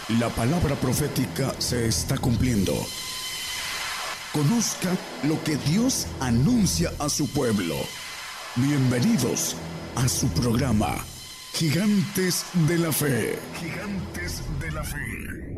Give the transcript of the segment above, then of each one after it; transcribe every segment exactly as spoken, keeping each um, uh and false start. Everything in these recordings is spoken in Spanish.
La palabra profética se está cumpliendo. Conozca lo que Dios anuncia a su pueblo. Bienvenidos a su programa, Gigantes de la Fe. Gigantes de la Fe.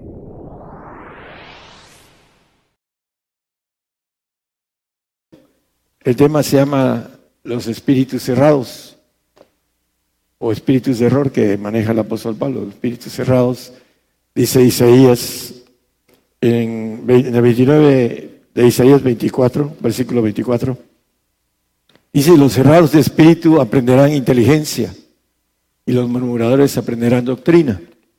El tema se llama los espíritus cerrados o espíritus de error que maneja el apóstol Pablo. Los espíritus cerrados, dice Isaías en el veintinueve de Isaías veinticuatro, versículo veinticuatro. Dice: los cerrados de espíritu aprenderán inteligencia y los murmuradores aprenderán doctrina.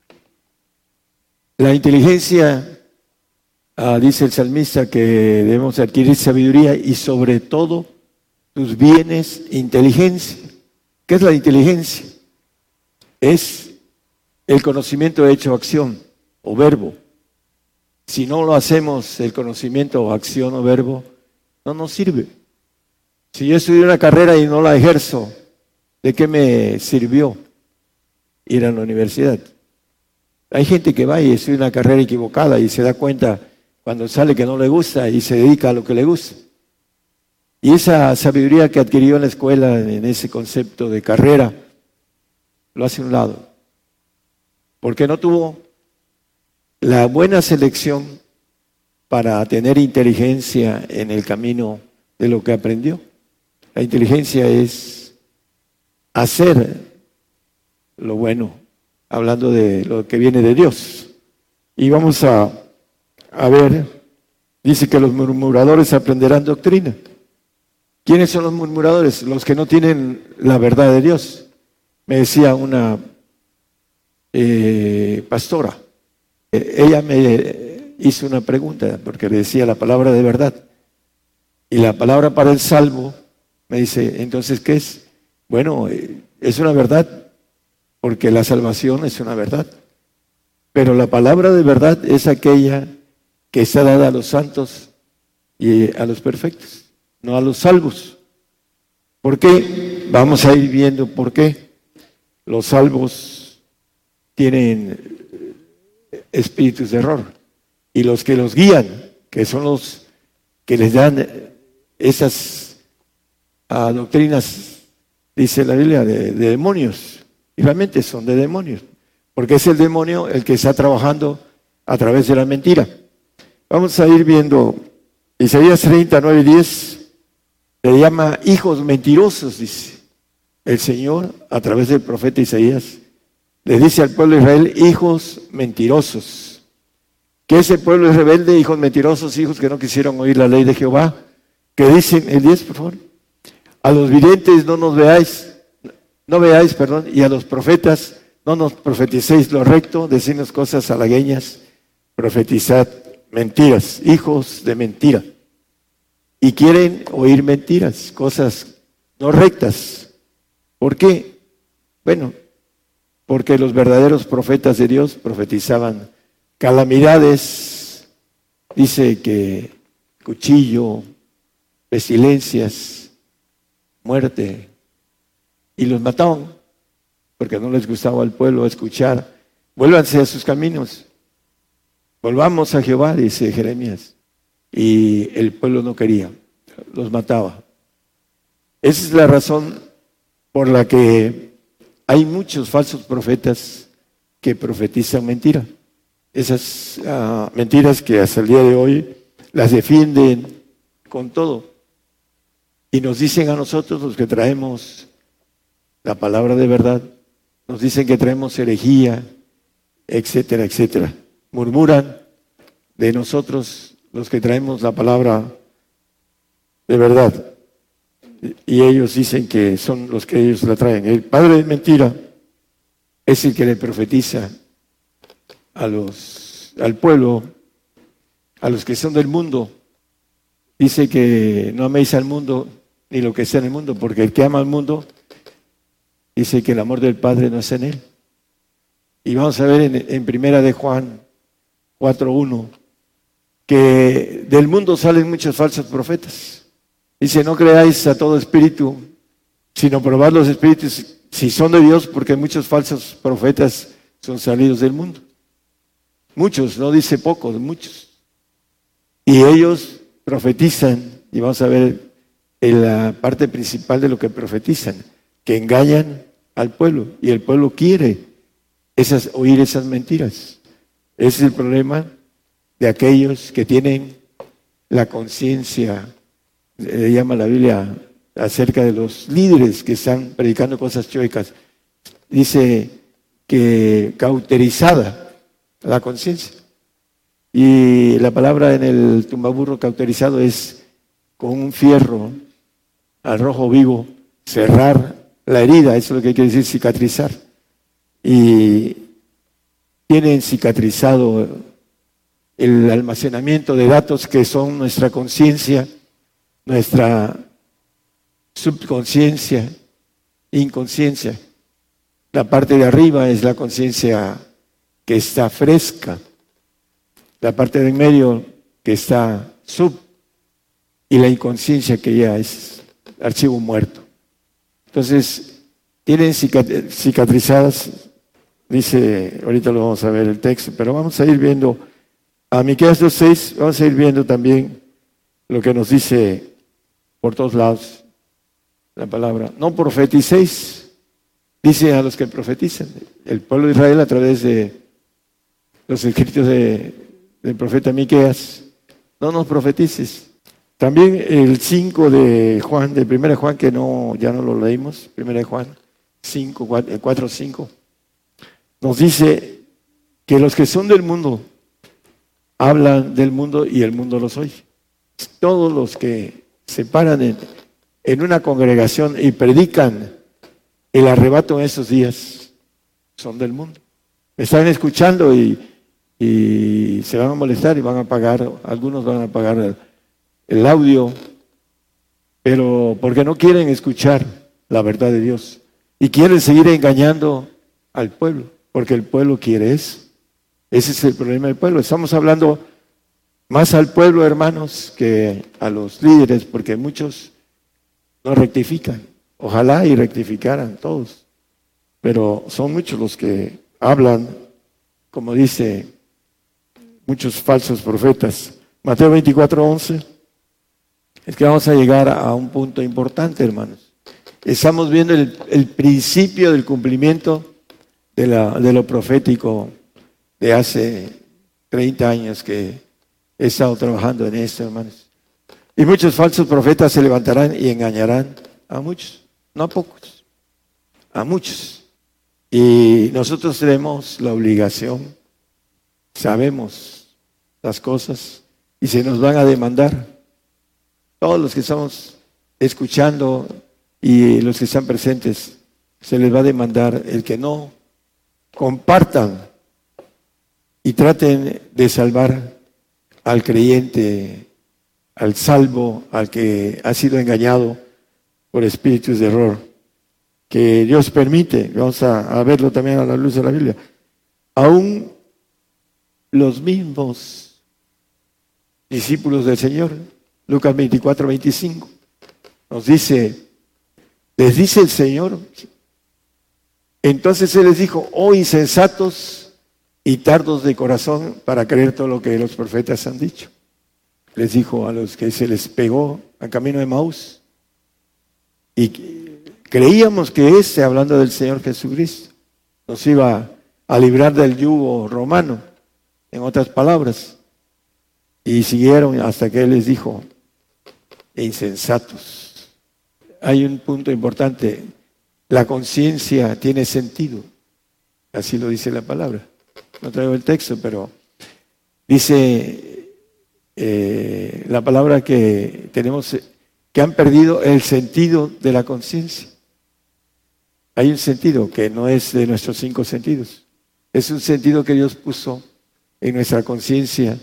La inteligencia, ah, dice el salmista, que debemos adquirir sabiduría y sobre todo tus bienes, inteligencia. ¿Qué es la inteligencia? Es el conocimiento hecho acción o verbo. Si no lo hacemos, el conocimiento o acción o verbo, no nos sirve. Si yo estudié una carrera y no la ejerzo, ¿de qué me sirvió ir a la universidad? Hay gente que va y estudia una carrera equivocada y se da cuenta cuando sale que no le gusta y se dedica a lo que le gusta. Y esa sabiduría que adquirió en la escuela, en ese concepto de carrera, lo hace a un lado. Porque no tuvo la buena selección para tener inteligencia en el camino de lo que aprendió. La inteligencia es hacer lo bueno, hablando de lo que viene de Dios. Y vamos a, a ver, dice que los murmuradores aprenderán doctrina. ¿Quiénes son los murmuradores? Los que no tienen la verdad de Dios. Me decía una eh, pastora, eh, ella me hizo una pregunta porque le decía la palabra de verdad. Y la palabra para el salvo, me dice, entonces, ¿qué es? Bueno, eh, es una verdad, porque la salvación es una verdad. Pero la palabra de verdad es aquella que está dada a los santos y a los perfectos, no a los salvos. ¿Por qué? Vamos a ir viendo por qué. Los salvos tienen espíritus de error y los que los guían, que son los que les dan esas uh, doctrinas, dice la Biblia, de, de demonios, y realmente son de demonios, porque es el demonio el que está trabajando a través de la mentira. Vamos a ir viendo Isaías treinta, nueve y diez, le llama hijos mentirosos, dice el Señor a través del profeta Isaías. Le dice al pueblo de Israel, hijos mentirosos. Que ese pueblo es rebelde, hijos mentirosos, hijos que no quisieron oír la ley de Jehová, que dicen, el diez, por favor, a los videntes no nos veáis, no veáis, perdón, y a los profetas no nos profeticéis lo recto, decidnos cosas halagueñas, profetizad mentiras, hijos de mentira. Y quieren oír mentiras, cosas no rectas. ¿Por qué? Bueno, porque los verdaderos profetas de Dios profetizaban calamidades, dice que cuchillo, pestilencias, muerte, y los mataban porque no les gustaba al pueblo escuchar. Vuélvanse a sus caminos, volvamos a Jehová, dice Jeremías, y el pueblo no quería, los mataba. Esa es la razón por la que hay muchos falsos profetas que profetizan mentira. Esas uh, mentiras que hasta el día de hoy las defienden con todo. Y nos dicen a nosotros, los que traemos la palabra de verdad, nos dicen que traemos herejía, etcétera, etcétera. Murmuran de nosotros, los que traemos la palabra de verdad. Y ellos dicen que son los que ellos la traen. El padre de mentira es el que le profetiza a los, al pueblo, a los que son del mundo. Dice que no améis al mundo ni lo que sea en el mundo, porque el que ama al mundo dice que el amor del Padre no es en él. Y vamos a ver en, en primera de Juan cuatro uno que del mundo salen muchos falsos profetas. Dice, no creáis a todo espíritu, sino probad los espíritus si son de Dios, porque muchos falsos profetas son salidos del mundo. muchos, no dice pocos, muchos. Y ellos profetizan, y vamos a ver en la parte principal de lo que profetizan, que engañan al pueblo, y el pueblo quiere esas, oír esas mentiras. Ese es el problema de aquellos que tienen la conciencia, le llama la Biblia acerca de los líderes que están predicando cosas chuecas. Dice que cauterizada la conciencia. Y la palabra en el tumbaburro cauterizado es con un fierro al rojo vivo, cerrar la herida, eso es lo que quiere decir cicatrizar. Y tienen cicatrizado el almacenamiento de datos que son nuestra conciencia, nuestra subconsciencia, inconsciencia. La parte de arriba es la conciencia que está fresca, la parte de en medio que está sub, y la inconsciencia que ya es archivo muerto. Entonces, tienen cicatrizadas, dice, ahorita lo vamos a ver el texto, pero vamos a ir viendo, a Miqueas dos seis, vamos a ir viendo también lo que nos dice por todos lados la palabra. No profeticéis, dice a los que profetizan, el pueblo de Israel a través de los escritos de, del profeta Miqueas, no nos profetices. También el cinco de Juan, de primera de Juan, que no, ya no lo leímos, primera de Juan cinco, cuatro, cinco, nos dice que los que son del mundo hablan del mundo y el mundo los oye. Todos los que se paran en, en una congregación y predican el arrebato en esos días son del mundo. Están escuchando y, y se van a molestar y van a pagar, algunos van a pagar el, el audio, pero porque no quieren escuchar la verdad de Dios y quieren seguir engañando al pueblo, porque el pueblo quiere eso. Ese es el problema del pueblo. Estamos hablando más al pueblo, hermanos, que a los líderes, porque muchos no rectifican. Ojalá y rectificaran todos, pero son muchos los que hablan, como dice muchos falsos profetas. Mateo veinticuatro, once. Es que vamos a llegar a un punto importante, hermanos. Estamos viendo el, el principio del cumplimiento de, la, de lo profético de hace treinta años que he estado trabajando en esto, hermanos. Y muchos falsos profetas se levantarán y engañarán a muchos, no a pocos, a muchos. Y nosotros tenemos la obligación, sabemos las cosas y se nos van a demandar. Todos los que estamos escuchando y los que están presentes, se les va a demandar el que no compartan y traten de salvar al creyente, al salvo, al que ha sido engañado por espíritus de error, que Dios permite. Vamos a, a verlo también a la luz de la Biblia. Aún los mismos discípulos del Señor, Lucas veinticuatro, veinticinco, nos dice, les dice el Señor, entonces Él les dijo, oh insensatos y tardos de corazón para creer todo lo que los profetas han dicho. Les dijo a los que se les pegó al camino de Maús. Y creíamos que ese, hablando del Señor Jesucristo, nos iba a librar del yugo romano, en otras palabras. Y siguieron hasta que Él les dijo, insensatos. Hay un punto importante, la conciencia tiene sentido, así lo dice la palabra. No traigo el texto, pero dice eh, la palabra que tenemos, que han perdido el sentido de la conciencia. Hay un sentido que no es de nuestros cinco sentidos, es un sentido que Dios puso en nuestra conciencia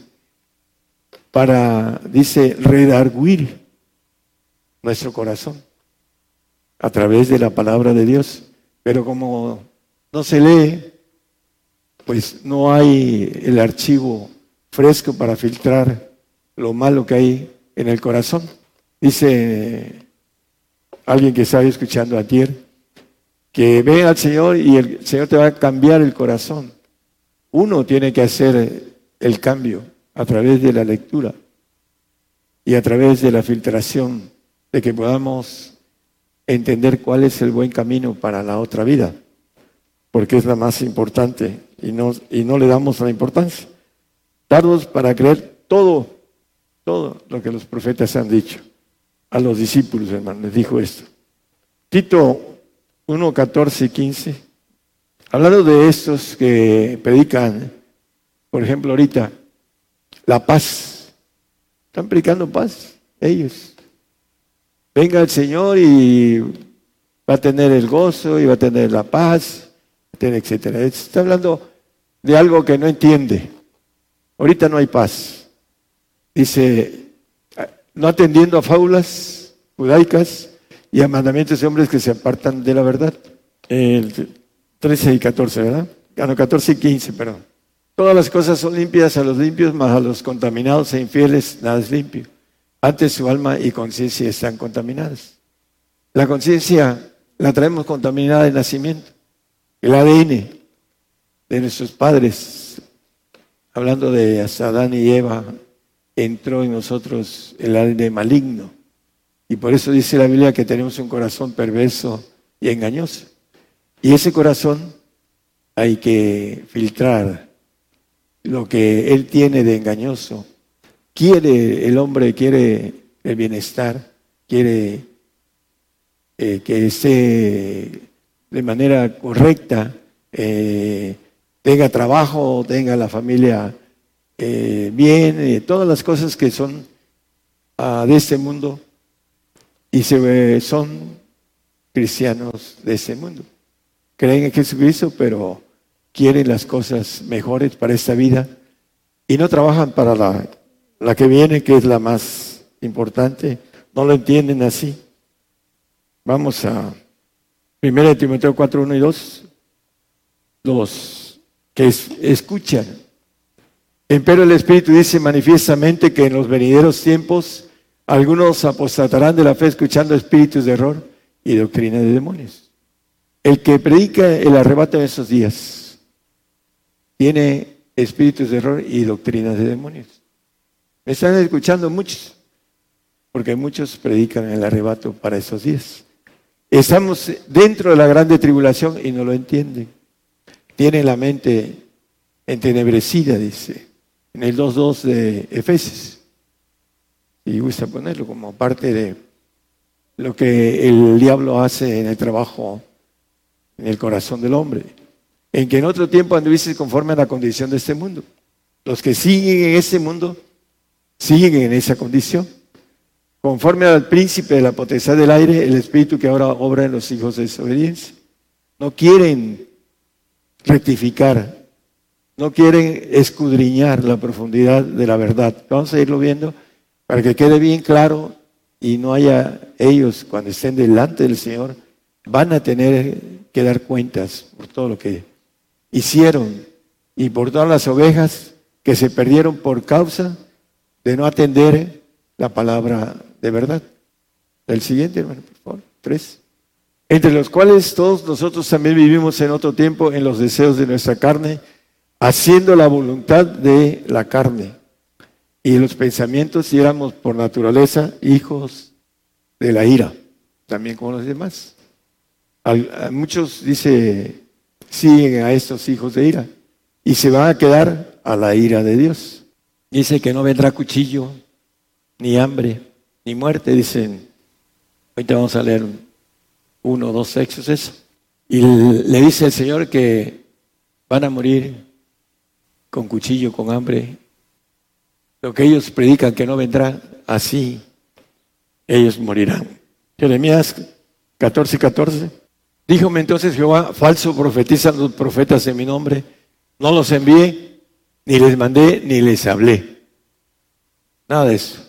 para, dice, redarguir nuestro corazón a través de la palabra de Dios. Pero como no se lee, pues no hay el archivo fresco para filtrar lo malo que hay en el corazón. Dice alguien que estaba escuchando ayer, que ve al Señor y el Señor te va a cambiar el corazón. uno tiene que hacer el cambio a través de la lectura y a través de la filtración, de que podamos entender cuál es el buen camino para la otra vida, porque es la más importante y no, y no le damos la importancia. Darnos para creer todo, todo lo que los profetas han dicho. A los discípulos, hermano, les dijo esto. Tito uno, catorce y quince, hablando de estos que predican, por ejemplo, ahorita, la paz. Están predicando paz, ellos. Venga el Señor y va a tener el gozo y va a tener la paz, etcétera. Está hablando de algo que no entiende. Ahorita no hay paz. Dice, no atendiendo a fábulas judaicas y a mandamientos de hombres que se apartan de la verdad. El trece y catorce, ¿verdad? Ah, no, catorce y quince, perdón. Todas las cosas son limpias a los limpios, mas a los contaminados e infieles nada es limpio. Antes su alma y conciencia están contaminadas. La conciencia la traemos contaminada de nacimiento. El A D N de nuestros padres, hablando de hasta Adán y Eva, entró en nosotros el A D N maligno. Y por eso dice la Biblia que tenemos un corazón perverso y engañoso. Y ese corazón hay que filtrar lo que él tiene de engañoso. Quiere, el hombre quiere el bienestar, quiere eh, que esté de manera correcta, eh, tenga trabajo, tenga la familia eh, bien, eh, todas las cosas que son uh, de este mundo, y se eh, son cristianos de este mundo. Creen en Jesucristo, pero quieren las cosas mejores para esta vida y no trabajan para la, la que viene, que es la más importante. No lo entienden así. Vamos a primera de Timoteo cuatro, uno y dos. Los que es, escuchan. Empero el Espíritu dice manifiestamente que en los venideros tiempos algunos apostatarán de la fe escuchando espíritus de error y doctrina de demonios. El que predica el arrebato en esos días tiene espíritus de error y doctrinas de demonios. Me están escuchando muchos, porque muchos predican el arrebato para esos días. Estamos dentro de la grande tribulación y no lo entienden. Tienen la mente entenebrecida, dice, en el dos dos de Efesios. Y gusta ponerlo como parte de lo que el diablo hace en el trabajo, en el corazón del hombre. En que en otro tiempo anduviste conforme a la condición de este mundo. Los que siguen en ese mundo, siguen en esa condición. Conforme al príncipe de la potestad del aire, el espíritu que ahora obra en los hijos de desobediencia. No quieren rectificar, no quieren escudriñar la profundidad de la verdad. Vamos a irlo viendo para que quede bien claro y no haya ellos, cuando estén delante del Señor, van a tener que dar cuentas por todo lo que hicieron y por todas las ovejas que se perdieron por causa de no atender la palabra de verdad. El siguiente, hermano, por favor, tres. Entre los cuales todos nosotros también vivimos en otro tiempo en los deseos de nuestra carne, haciendo la voluntad de la carne y los pensamientos, y éramos por naturaleza hijos de la ira, también como los demás. A, a muchos dice, siguen a estos hijos de ira y se van a quedar a la ira de Dios. Dice que no vendrá cuchillo, ni hambre, ni muerte, dicen. Ahorita vamos a leer uno o dos textos eso. Y le dice el Señor que van a morir con cuchillo, con hambre. Lo que ellos predican que no vendrá, así ellos morirán. Jeremías catorce, catorce. Díjome entonces Jehová, falso profetizan los profetas en mi nombre. No los envié, ni les mandé, ni les hablé. Nada de eso.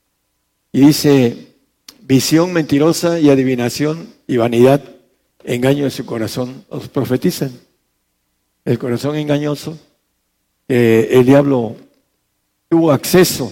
Y dice, visión mentirosa y adivinación y vanidad, engaño de su corazón, os profetizan. El corazón engañoso, eh, el diablo tuvo acceso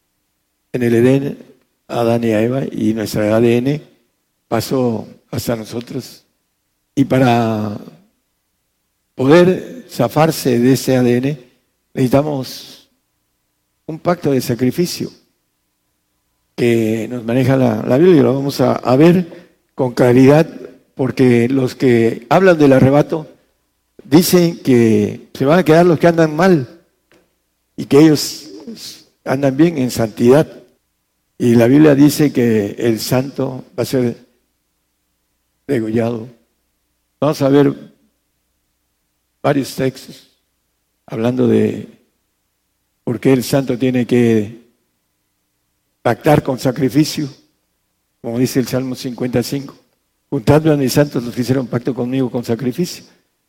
en el Edén a Adán y a Eva, y nuestra A D N pasó hasta nosotros. Y para poder zafarse de ese A D N, necesitamos un pacto de sacrificio que nos maneja la, la Biblia, y lo vamos a, a ver con claridad, porque los que hablan del arrebato dicen que se van a quedar los que andan mal y que ellos andan bien en santidad. Y la Biblia dice que el santo va a ser degollado. Vamos a ver varios textos hablando de por qué el santo tiene que pactar con sacrificio, como dice el Salmo cincuenta y cinco. Juntadme a mis santos los que hicieron pacto conmigo con sacrificio.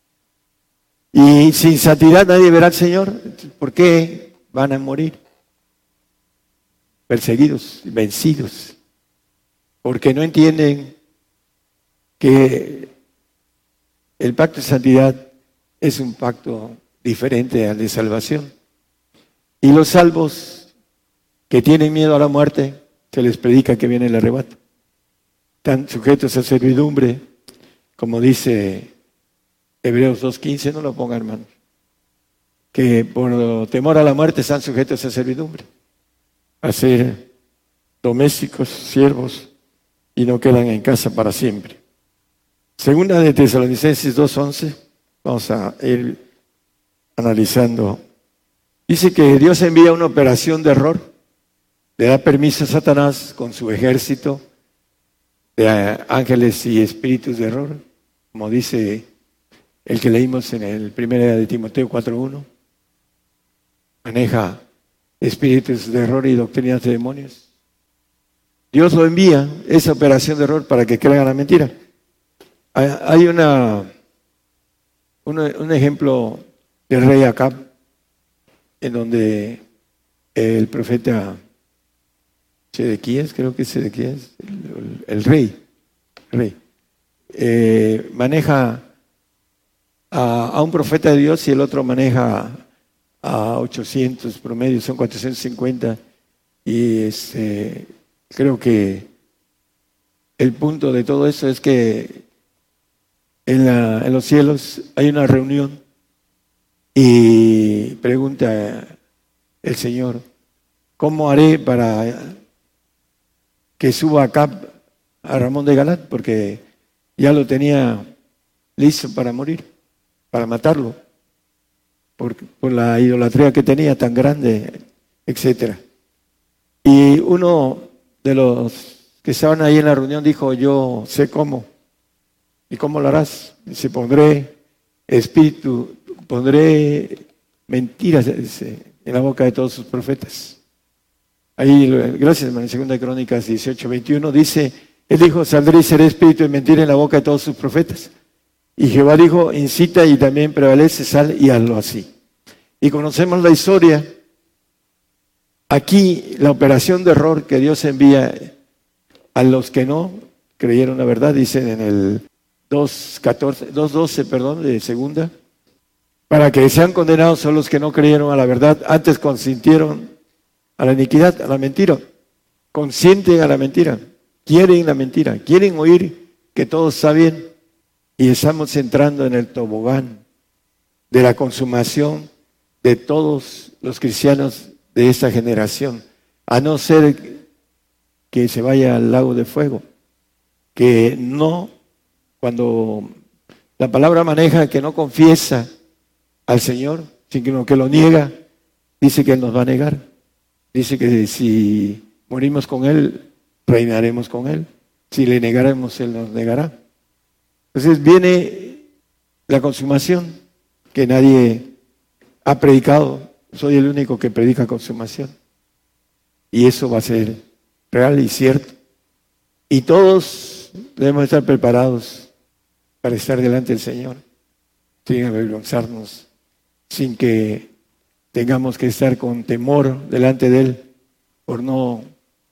Y sin santidad nadie verá al Señor. ¿Por qué van a morir? Perseguidos, vencidos, porque no entienden que el pacto de santidad es un pacto diferente al de salvación. Y los salvos que tienen miedo a la muerte, se les predica que viene el arrebato. Están sujetos a servidumbre, como dice Hebreos dos quince, no lo ponga, hermano, que por temor a la muerte están sujetos a servidumbre, a ser domésticos, siervos, y no quedan en casa para siempre. Segunda de Tesalonicenses dos once, vamos a ir analizando. Dice que Dios envía una operación de error, le da permiso a Satanás con su ejército de ángeles y espíritus de error, como dice el que leímos en el primero de Timoteo cuatro uno. Maneja espíritus de error y doctrinas de demonios. Dios lo envía, esa operación de error, para que crean la mentira. Hay una, una un ejemplo del rey Acab, en donde el profeta Sedequías, creo que es Sedequías, el, el rey, el rey eh, maneja a, a un profeta de Dios y el otro maneja a ochocientos promedio, son cuatrocientos cincuenta, y este, creo que el punto de todo eso es que en, la, en los cielos hay una reunión y pregunta el Señor, ¿cómo haré para que suba acá a Ramón de Galat? Porque ya lo tenía listo para morir, para matarlo, por, por la idolatría que tenía tan grande, etcétera. Y uno de los que estaban ahí en la reunión dijo, yo sé cómo. ¿Y cómo lo harás? Dice, pondré espíritu, pondré mentiras dice, en la boca de todos sus profetas. Ahí, gracias, hermano, en Segunda de Crónicas dieciocho veintiuno dice, él dijo, saldré y seré espíritu de mentira en la boca de todos sus profetas. Y Jehová dijo, incita y también prevalece, sal y hazlo así. Y conocemos la historia. Aquí la operación de error que Dios envía a los que no creyeron la verdad, dicen en el dos catorce, dos doce, perdón, de segunda, para que sean condenados son los que no creyeron a la verdad, antes consintieron a la iniquidad, a la mentira, consienten a la mentira, quieren la mentira, quieren oír que todo está bien, y estamos entrando en el tobogán de la consumación de todos los cristianos de esta generación, a no ser que se vaya al lago de fuego, que no, cuando la palabra maneja que no confiesa al Señor, sino que lo niega, dice que Él nos va a negar. Dice que si morimos con Él, reinaremos con Él. Si le negaremos, Él nos negará. Entonces viene la consumación, que nadie ha predicado. Soy el único que predica consumación. Y eso va a ser real y cierto. Y todos debemos estar preparados para estar delante del Señor, sin avergonzarnos, sin que tengamos que estar con temor delante de Él por no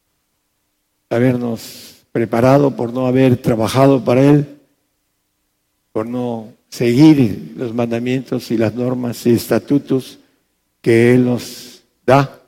habernos preparado, por no haber trabajado para Él, por no seguir los mandamientos y las normas y estatutos que Él nos da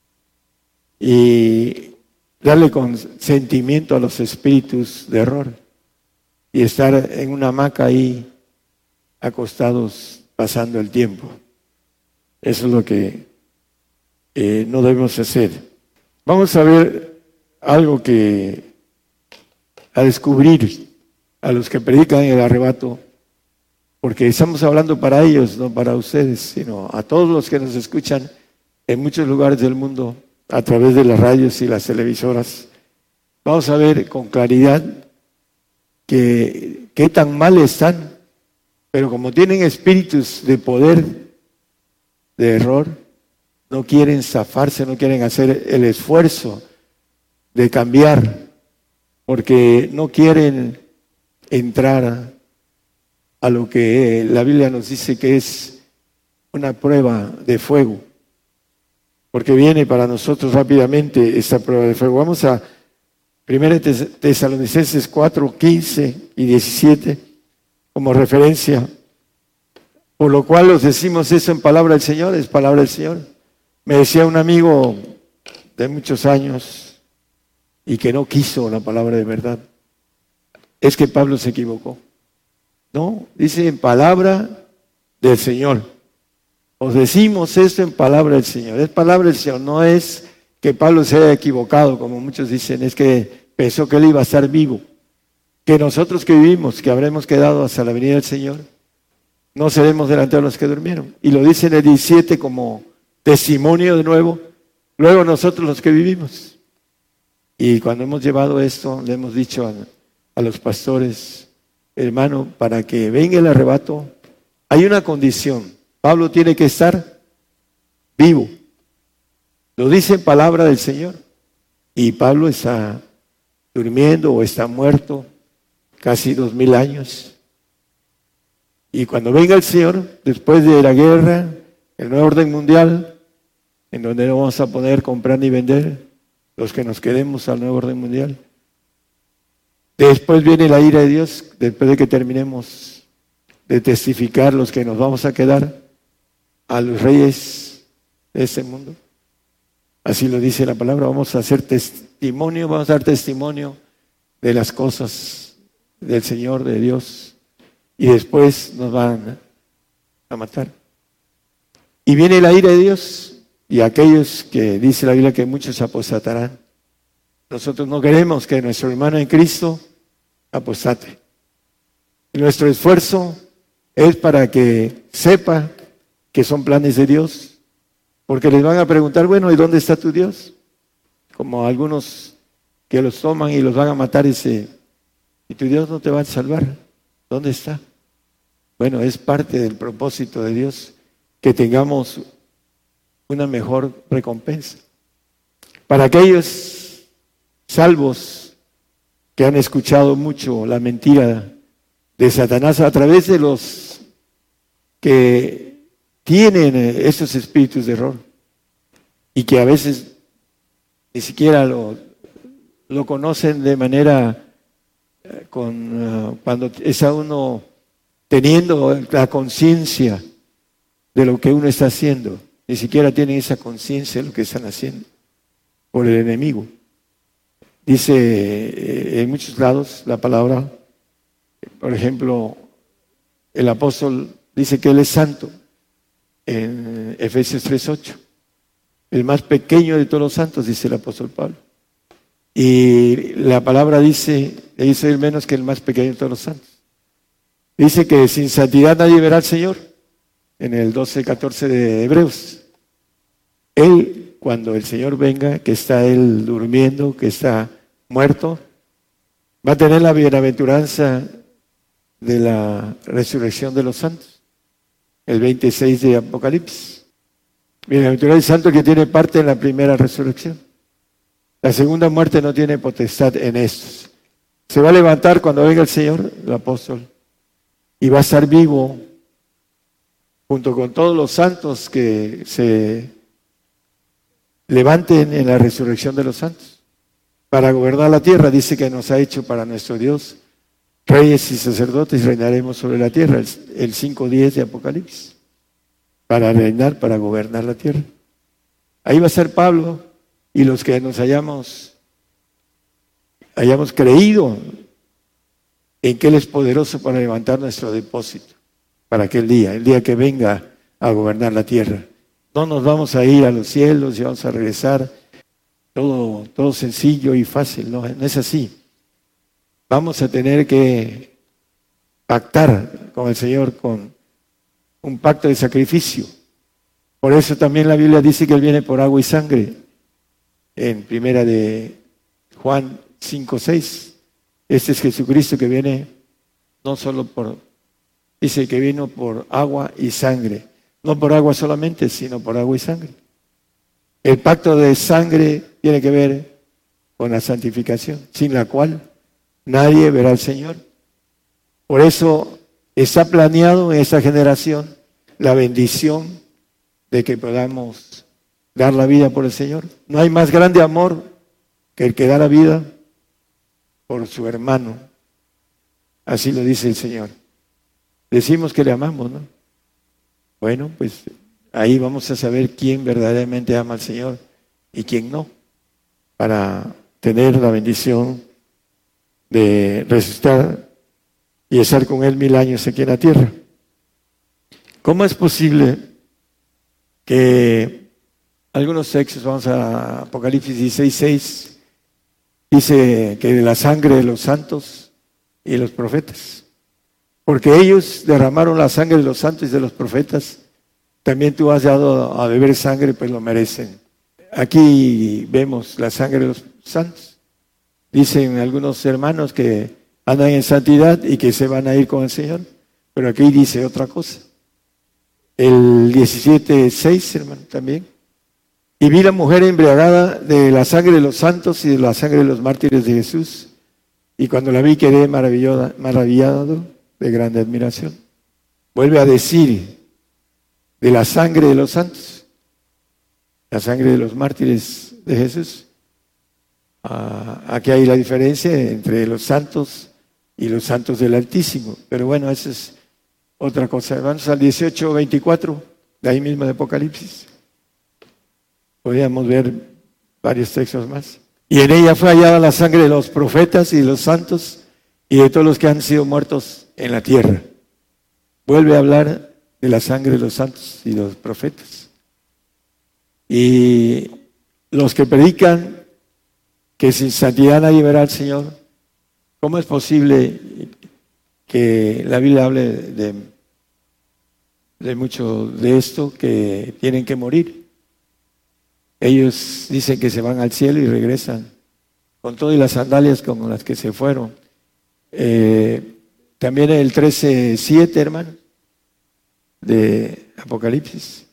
y darle consentimiento a los espíritus de error y estar en una hamaca ahí acostados pasando el tiempo. Eso es lo que eh, no debemos hacer. Vamos a ver algo que a descubrir a los que predican el arrebato, porque estamos hablando para ellos, no para ustedes, sino a todos los que nos escuchan en muchos lugares del mundo a través de las radios y las televisoras. Vamos a ver con claridad que qué tan mal están, pero como tienen espíritus de poder, de error, no quieren zafarse, no quieren hacer el esfuerzo de cambiar, porque no quieren entrar a, a lo que la Biblia nos dice que es una prueba de fuego, porque viene para nosotros rápidamente esta prueba de fuego. Vamos a primera Tesalonicenses cuatro, quince y diecisiete como referencia, por lo cual os decimos eso en palabra del Señor, es palabra del Señor. Me decía un amigo de muchos años y que no quiso la palabra de verdad, es que Pablo se equivocó. No, dice en palabra del Señor. Os decimos esto en palabra del Señor. Es palabra del Señor, no es que Pablo se haya equivocado, como muchos dicen, es que pensó que él iba a estar vivo. Que nosotros que vivimos, que habremos quedado hasta la venida del Señor, no seremos delante de los que durmieron. Y lo dice en el diecisiete como testimonio de nuevo, luego nosotros los que vivimos. Y cuando hemos llevado esto, le hemos dicho a, a los pastores, hermano, para que venga el arrebato, hay una condición. Pablo tiene que estar vivo. Lo dice en palabra del Señor. Y Pablo está durmiendo o está muerto casi dos mil años. Y cuando venga el Señor, después de la guerra, el nuevo orden mundial, en donde no vamos a poder comprar ni vender, los que nos quedemos al nuevo orden mundial. Después viene la ira de Dios, después de que terminemos de testificar los que nos vamos a quedar a los reyes de este mundo. Así lo dice la palabra, vamos a hacer testimonio, vamos a dar testimonio de las cosas del Señor, de Dios, y después nos van a matar. Y viene la ira de Dios, y aquellos que dice la Biblia que muchos apostatarán. Nosotros no queremos que nuestro hermano en Cristo apostate. Y nuestro esfuerzo es para que sepa que son planes de Dios, porque les van a preguntar, bueno, ¿y dónde está tu Dios? Como algunos que los toman y los van a matar y dice, ¿y tu Dios no te va a salvar? ¿Dónde está? Bueno, es parte del propósito de Dios que tengamos una mejor recompensa. Para aquellos salvos que han escuchado mucho la mentira de Satanás a través de los que tienen esos espíritus de error y que a veces ni siquiera lo, lo conocen de manera eh, con uh, cuando está uno teniendo la conciencia de lo que uno está haciendo, ni siquiera tienen esa conciencia de lo que están haciendo por el enemigo. Dice eh, en muchos lados la palabra, por ejemplo, el apóstol dice que él es santo en Efesios tres ocho, el más pequeño de todos los santos, dice el apóstol Pablo. Y la palabra dice, él soy el menos que el más pequeño de todos los santos. Dice que sin santidad nadie verá al Señor, en el doce catorce de Hebreos. Él, cuando el Señor venga, que está él durmiendo, que está muerto, va a tener la bienaventuranza de la resurrección de los santos. El veintiséis de Apocalipsis. Bienaventurado el santo que tiene parte en la primera resurrección. La segunda muerte no tiene potestad en estos. Se va a levantar cuando venga el Señor, el apóstol, y va a estar vivo junto con todos los santos que se levanten en la resurrección de los santos para gobernar la tierra. Dice que nos ha hecho para nuestro Dios reyes y sacerdotes, reinaremos sobre la tierra, el, el cinco diez de Apocalipsis, para reinar, para gobernar la tierra. Ahí va a ser Pablo y los que nos hayamos, hayamos creído en que Él es poderoso para levantar nuestro depósito, para aquel día, el día que venga a gobernar la tierra. No nos vamos a ir a los cielos y vamos a regresar todo, todo sencillo y fácil, no, no es así. Vamos a tener que pactar con el Señor con un pacto de sacrificio. Por eso también la Biblia dice que Él viene por agua y sangre. En primera de Juan cinco seis. Este es Jesucristo que viene no solo por, dice que vino por agua y sangre. No por agua solamente, sino por agua y sangre. El pacto de sangre tiene que ver con la santificación, sin la cual nadie verá al Señor. Por eso está planeado en esta generación la bendición de que podamos dar la vida por el Señor. No hay más grande amor que el que da la vida por su hermano. Así lo dice el Señor. Decimos que le amamos, ¿no? Bueno, pues ahí vamos a saber quién verdaderamente ama al Señor y quién no, para tener la bendición de resucitar y estar con Él mil años aquí en la tierra. ¿Cómo es posible que algunos textos, vamos a Apocalipsis dieciséis seis, dice que de la sangre de los santos y de los profetas? Porque ellos derramaron la sangre de los santos y de los profetas, también tú has dado a beber sangre, pues lo merecen. Aquí vemos la sangre de los santos. Dicen algunos hermanos que andan en santidad y que se van a ir con el Señor, pero aquí dice otra cosa. El diecisiete seis, hermano, también. Y vi la mujer embriagada de la sangre de los santos y de la sangre de los mártires de Jesús. Y cuando la vi quedé maravillado, maravillado de grande admiración. Vuelve a decir de la sangre de los santos, la sangre de los mártires de Jesús. Ah, aquí hay la diferencia entre los santos y los santos del Altísimo. Pero bueno, esa es otra cosa. Vamos al dieciocho veinticuatro, de ahí mismo de Apocalipsis. Podríamos ver varios textos más. Y en ella fue hallada la sangre de los profetas y de los santos y de todos los que han sido muertos en la tierra. Vuelve a hablar de la sangre de los santos y de los profetas. Y los que predican que sin santidad nadie verá al Señor, ¿cómo es posible que la Biblia hable de, de mucho de esto, que tienen que morir? Ellos dicen que se van al cielo y regresan con todo y las sandalias con las que se fueron. Eh, también el trece siete, hermano, de Apocalipsis.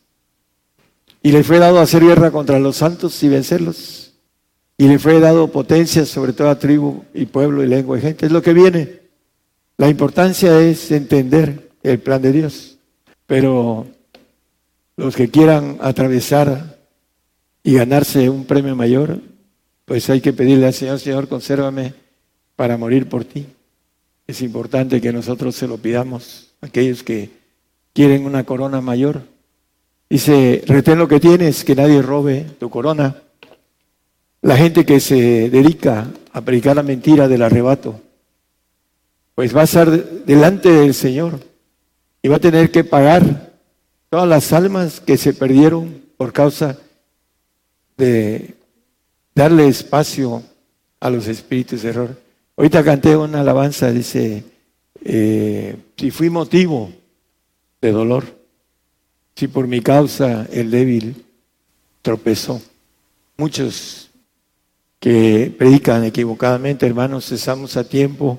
Y le fue dado hacer guerra contra los santos y vencerlos. Y le fue dado potencia sobre toda tribu y pueblo y lengua y gente. Es lo que viene. La importancia es entender el plan de Dios. Pero los que quieran atravesar y ganarse un premio mayor, pues hay que pedirle al Señor: Señor, consérvame para morir por ti. Es importante que nosotros se lo pidamos a aquellos que quieren una corona mayor. Dice: retén lo que tienes, que nadie robe tu corona. La gente que se dedica a predicar la mentira del arrebato, pues va a estar delante del Señor y va a tener que pagar todas las almas que se perdieron por causa de darle espacio a los espíritus de error. Ahorita canté una alabanza, dice, eh, si fui motivo de dolor, si por mi causa el débil tropezó. Muchos que predican equivocadamente, hermanos, estamos a tiempo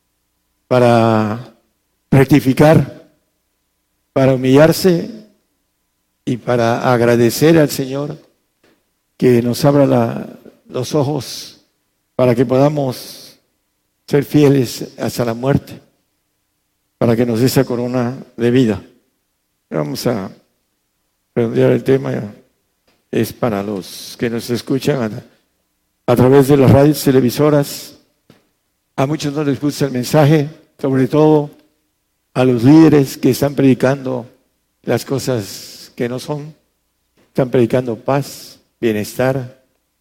para rectificar, para humillarse y para agradecer al Señor que nos abra la, los ojos para que podamos ser fieles hasta la muerte, para que nos dé esa corona de vida. Vamos a redondear el tema. Es para los que nos escuchan a, a través de las radios, televisoras. A muchos no les gusta el mensaje, sobre todo a los líderes que están predicando las cosas que no son. Están predicando paz, bienestar.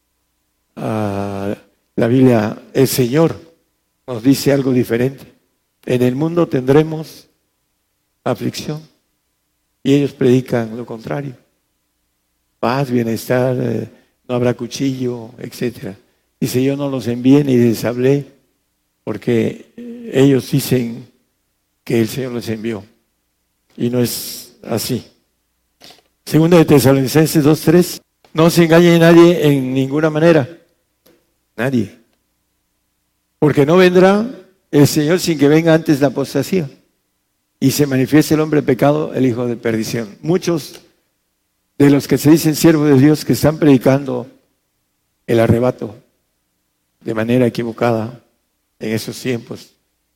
Uh, la Biblia, el Señor nos dice algo diferente. En el mundo tendremos aflicción. Y ellos predican lo contrario. Paz, bienestar, eh, no habrá cuchillo, etcétera. Dice, yo no los envié ni les hablé, porque ellos dicen que el Señor les envió. Y no es así. Segunda de Tesalonicenses dos tres. No se engañe nadie en ninguna manera. Nadie. Porque no vendrá el Señor sin que venga antes la apostasía. Y se manifieste el hombre pecado, el hijo de perdición. Muchos de los que se dicen siervos de Dios que están predicando el arrebato de manera equivocada en esos tiempos,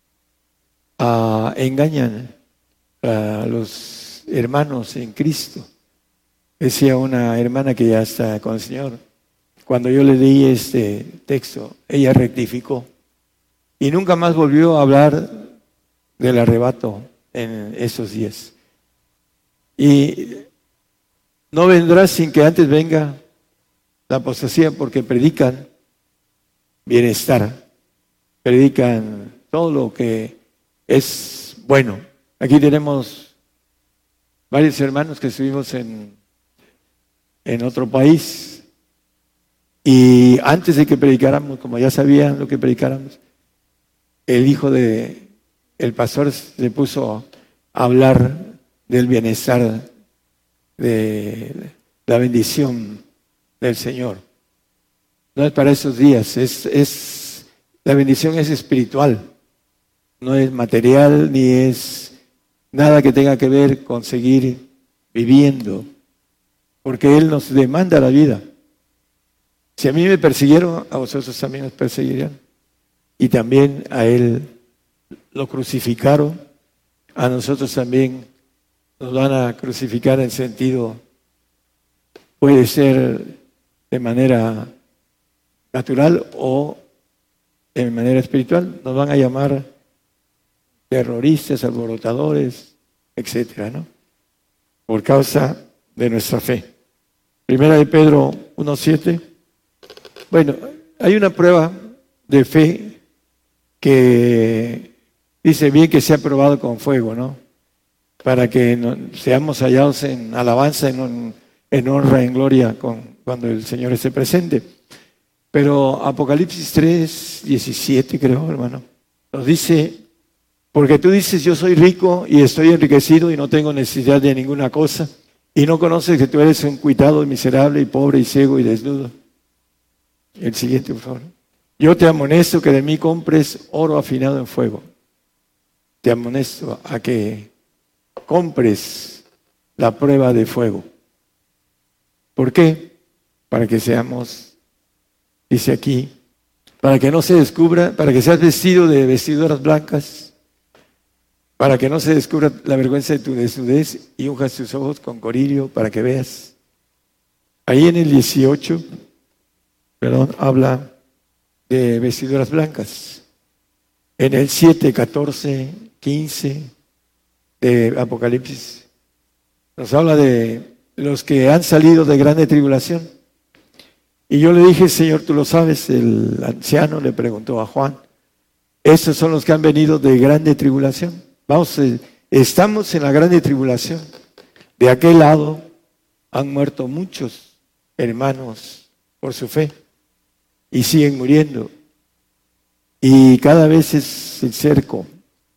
uh, engañan a los hermanos en Cristo. Decía una hermana que ya está con el Señor, cuando yo le leí este texto, ella rectificó y nunca más volvió a hablar del arrebato en esos días. Y no vendrá sin que antes venga la apostasía, porque predican bienestar, predican todo lo que es bueno. Aquí tenemos varios hermanos que estuvimos en en otro país, y antes de que predicáramos, como ya sabían lo que predicáramos, el hijo de el pastor se puso a hablar del bienestar, de la bendición del Señor. No es para esos días, es, es la bendición es espiritual, no es material ni es nada que tenga que ver con seguir viviendo, porque Él nos demanda la vida. Si a mí me persiguieron, a vosotros también os perseguirán. Y también a Él lo crucificaron, a nosotros también nos van a crucificar en sentido, puede ser de manera natural o de manera espiritual. Nos van a llamar terroristas, alborotadores, etcétera, ¿no? Por causa de nuestra fe. Primera de Pedro uno siete. Bueno, hay una prueba de fe que dice bien que sea probado con fuego, ¿no? Para que no, seamos hallados en alabanza, en, en honra, en gloria con, cuando el Señor esté presente. Pero Apocalipsis tres diecisiete, creo, hermano, nos dice, porque tú dices, yo soy rico y estoy enriquecido y no tengo necesidad de ninguna cosa, y no conoces que tú eres un cuitado, miserable y pobre y ciego y desnudo. El siguiente, por favor. Yo te amonesto que de mí compres oro afinado en fuego. Te amonesto a que compres la prueba de fuego. ¿Por qué? Para que seamos, dice aquí, para que no se descubra, para que seas vestido de vestiduras blancas, para que no se descubra la vergüenza de tu desnudez, y unjas tus ojos con colirio para que veas. Ahí en el dieciocho, perdón, habla de vestiduras blancas. En el siete, catorce, quince de Apocalipsis nos habla de los que han salido de grande tribulación. Y yo le dije, Señor, tú lo sabes. El anciano le preguntó a Juan, esos son los que han venido de grande tribulación. Vamos, estamos en la grande tribulación. De aquel lado han muerto muchos hermanos por su fe y siguen muriendo. Y cada vez es el cerco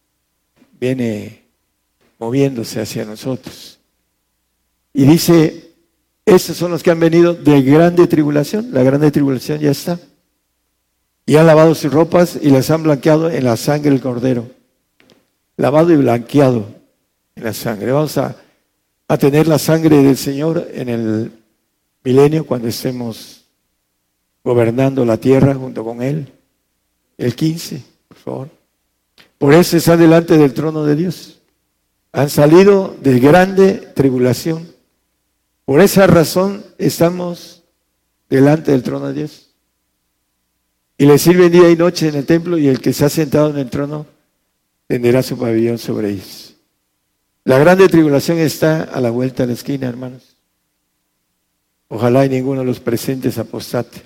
viene moviéndose hacia nosotros. Y dice, esos son los que han venido de grande tribulación. La grande tribulación ya está. Y han lavado sus ropas y las han blanqueado en la sangre del Cordero. Lavado y blanqueado en la sangre. Vamos a, a tener la sangre del Señor en el milenio cuando estemos gobernando la tierra junto con Él. El quince, por favor. Por eso están delante del trono de Dios. Han salido de grande tribulación. Por esa razón estamos delante del trono de Dios. Y le sirven día y noche en el templo, y el que se ha sentado en el trono tenderá su pabellón sobre ellos. La grande tribulación está a la vuelta de la esquina, hermanos. Ojalá y ninguno de los presentes apostate,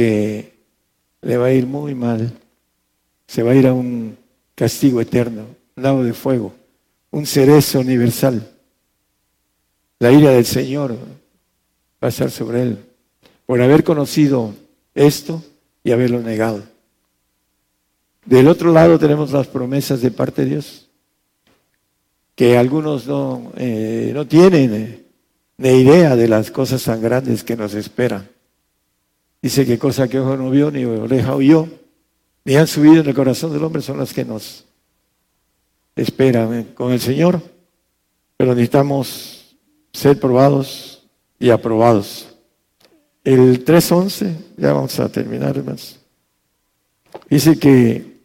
porque le va a ir muy mal. Se va a ir a un castigo eterno un lago de fuego, un cerezo universal. La ira del Señor va a estar sobre él por haber conocido esto y haberlo negado. Del otro lado tenemos las promesas de parte de Dios, que algunos no, eh, no tienen eh, ni idea de las cosas tan grandes que nos esperan. Dice que cosa que ojo no vio, ni oreja oyó, ni han subido en el corazón del hombre, son las que nos esperan eh, con el Señor. Pero necesitamos ser probados y aprobados. El tres once, ya vamos a terminar, hermanos. Dice que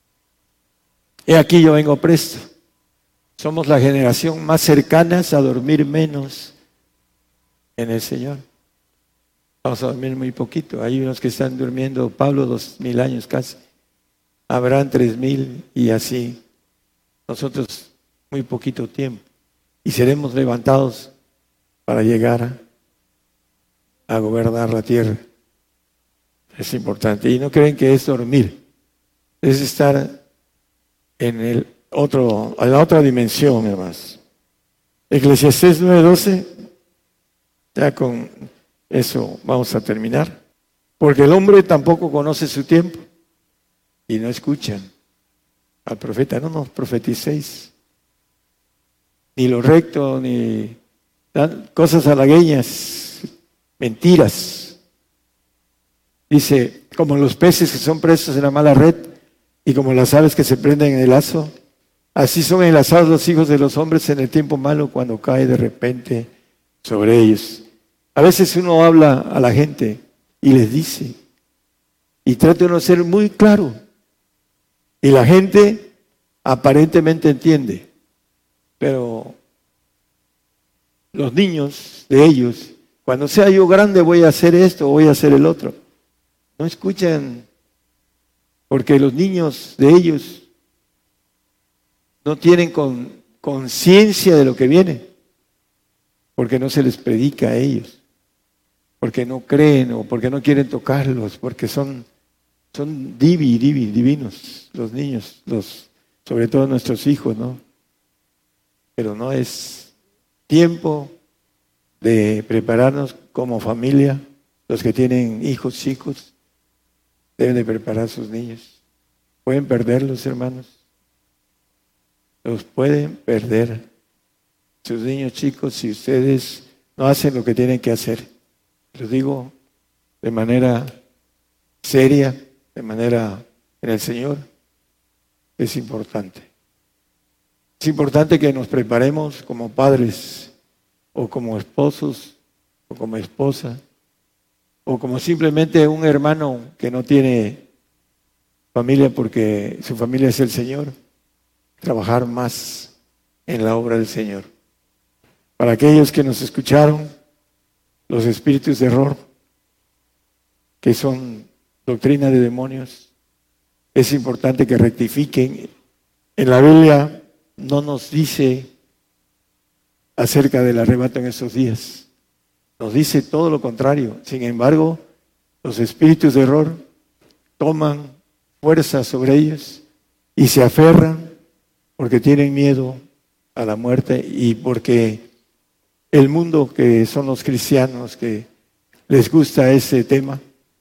he aquí yo vengo presto. Somos la generación más cercana a dormir menos en el Señor. Vamos a dormir muy poquito. Hay unos que están durmiendo, Pablo, dos mil años casi. Abraham, tres mil y así. Nosotros muy poquito tiempo. Y seremos levantados para llegar a, a gobernar la tierra. Es importante. Y no creen que es dormir. Es estar en el otro, en la otra dimensión, hermanos. Eclesiastés nueve doce, ya con eso vamos a terminar. Porque el hombre tampoco conoce su tiempo y no escuchan al profeta. No nos profeticéis, ni lo recto, ni dan cosas halagueñas, mentiras. Dice, como los peces que son presos en la mala red y como las aves que se prenden en el lazo, así son enlazados los hijos de los hombres en el tiempo malo cuando cae de repente sobre ellos. A veces uno habla a la gente y les dice, y trata de ser muy claro, y la gente aparentemente entiende, pero los niños de ellos, cuando sea yo grande voy a hacer esto, voy a hacer el otro, no escuchan, porque los niños de ellos no tienen con, conciencia de lo que viene, porque no se les predica a ellos, porque no creen o porque no quieren tocarlos, porque son, son divi, divi, divinos los niños, los, sobre todo nuestros hijos, ¿no? Pero no es tiempo de prepararnos como familia. Los que tienen hijos chicos deben de preparar a sus niños. Pueden perderlos, hermanos. Los pueden perder. Sus niños chicos, si ustedes no hacen lo que tienen que hacer. Los digo de manera seria, de manera en el Señor. Es importante. Es importante que nos preparemos como padres o como esposos o como esposa o como simplemente un hermano que no tiene familia porque su familia es el Señor. Trabajar más en la obra del Señor. Para aquellos que nos escucharon, los espíritus de error, que son doctrina de demonios, es importante que rectifiquen. En la Biblia no nos dice acerca del arrebato en esos días, nos dice todo lo contrario. Sin embargo, los espíritus de error toman fuerza sobre ellos y se aferran porque tienen miedo a la muerte y porque el mundo, que son los cristianos que les gusta ese tema,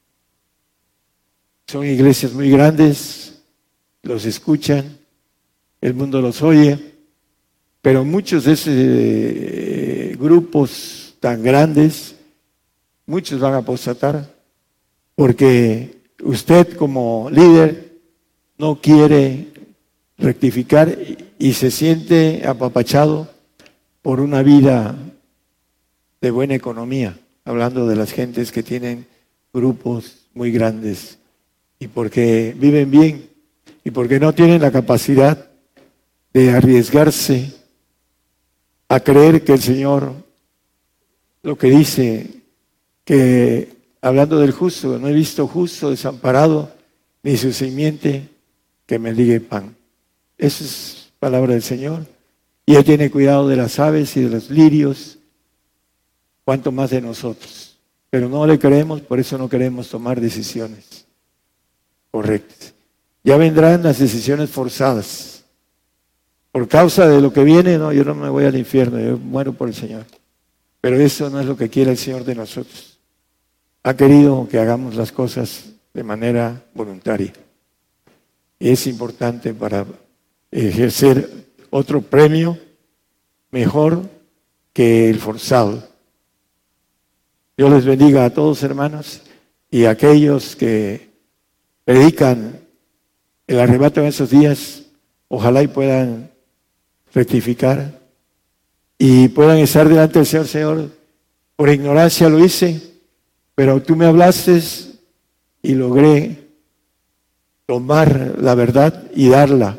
son iglesias muy grandes, los escuchan, el mundo los oye, pero muchos de esos eh, grupos tan grandes, muchos van a apostatar, porque usted como líder no quiere rectificar y se siente apapachado por una vida de buena economía, hablando de las gentes que tienen grupos muy grandes y porque viven bien y porque no tienen la capacidad de arriesgarse a creer que el Señor, lo que dice, que hablando del justo, no he visto justo desamparado ni su simiente que mendigue pan. Esa es palabra del Señor. Y Él tiene cuidado de las aves y de los lirios, cuanto más de nosotros. Pero no le creemos, por eso no queremos tomar decisiones correctas. Ya vendrán las decisiones forzadas. por causa de lo que viene, no, yo no me voy al infierno, yo muero por el Señor. Pero eso no es lo que quiere el Señor de nosotros. Ha querido que hagamos las cosas de manera voluntaria. Y es importante para ejercer otro premio mejor que el forzado. Dios les bendiga a todos, hermanos, y a aquellos que predican el arrebato en esos días, ojalá y puedan rectificar y puedan estar delante del Señor. Señor, por ignorancia lo hice, pero tú me hablaste y logré tomar la verdad y darla.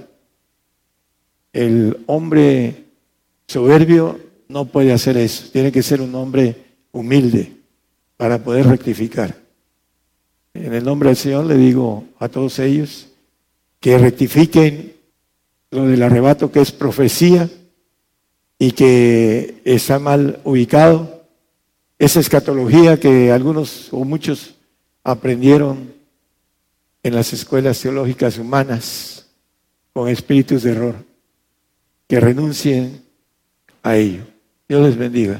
El hombre soberbio no puede hacer eso, tiene que ser un hombre humilde para poder rectificar. En el nombre del Señor le digo a todos ellos que rectifiquen lo del arrebato, que es profecía y que está mal ubicado. Esa escatología que algunos o muchos aprendieron en las escuelas teológicas humanas con espíritus de error, que renuncien a ello. Dios les bendiga.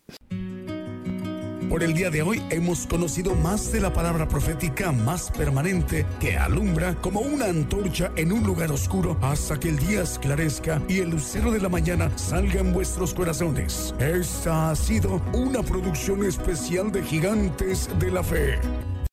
Por el día de hoy hemos conocido más de la palabra profética más permanente que alumbra como una antorcha en un lugar oscuro hasta que el día esclarezca y el lucero de la mañana salga en vuestros corazones. Esta ha sido una producción especial de Gigantes de la Fe.